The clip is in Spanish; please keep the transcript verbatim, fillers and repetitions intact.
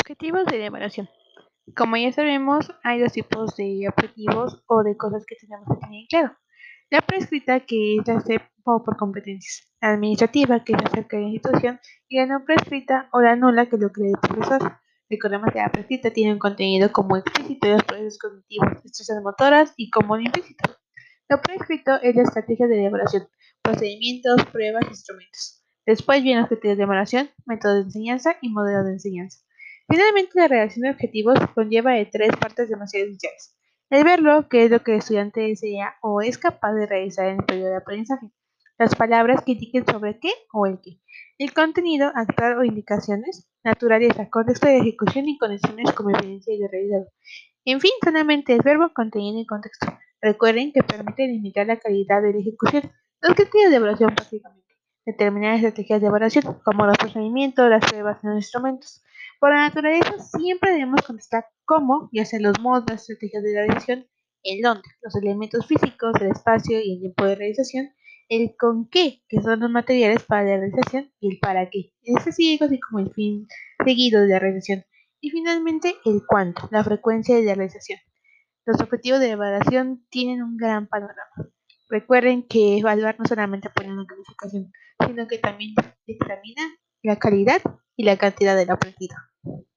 Objetivos de la evaluación. Como ya sabemos, hay dos tipos de objetivos o de cosas que tenemos que tener claro. La prescrita, que es la C E P o por competencias. La administrativa, que es acerca de la institución. Y la no prescrita o la nula, que es lo que el profesor. Recordemos que la prescrita tiene un contenido como explícito de los procesos cognitivos, destrezas motoras y como implícito. Lo prescrito es la estrategia de evaluación, procedimientos, pruebas, instrumentos. Después vienen los criterios de evaluación, métodos de enseñanza y modelos de enseñanza. Finalmente, la redacción de objetivos conlleva de tres partes demasiado esenciales. El verlo, que es lo que el estudiante desea o es capaz de realizar en el periodo de aprendizaje. Las palabras que indiquen sobre qué o el qué. El contenido, actuar o indicaciones, naturaleza, contexto de ejecución y conexiones como evidencia y de realidad. En fin, solamente es verbo, contenido y contexto. Recuerden que permite limitar la calidad de la ejecución. Los criterios de evaluación, básicamente. Determinar estrategias de evaluación, como los procedimientos, las pruebas y los instrumentos. Por la naturaleza, siempre debemos contestar cómo, ya sea los modos, las estrategias de realización, el dónde, los elementos físicos, el espacio y el tiempo de realización, el con qué, que son los materiales para la realización, y el para qué. Es así, así como el fin seguido de la realización. Y finalmente, el cuánto, la frecuencia de la realización. Los objetivos de evaluación tienen un gran panorama. Recuerden que evaluar no solamente pone una calificación, sino que también determina la calidad y la cantidad del aprendido.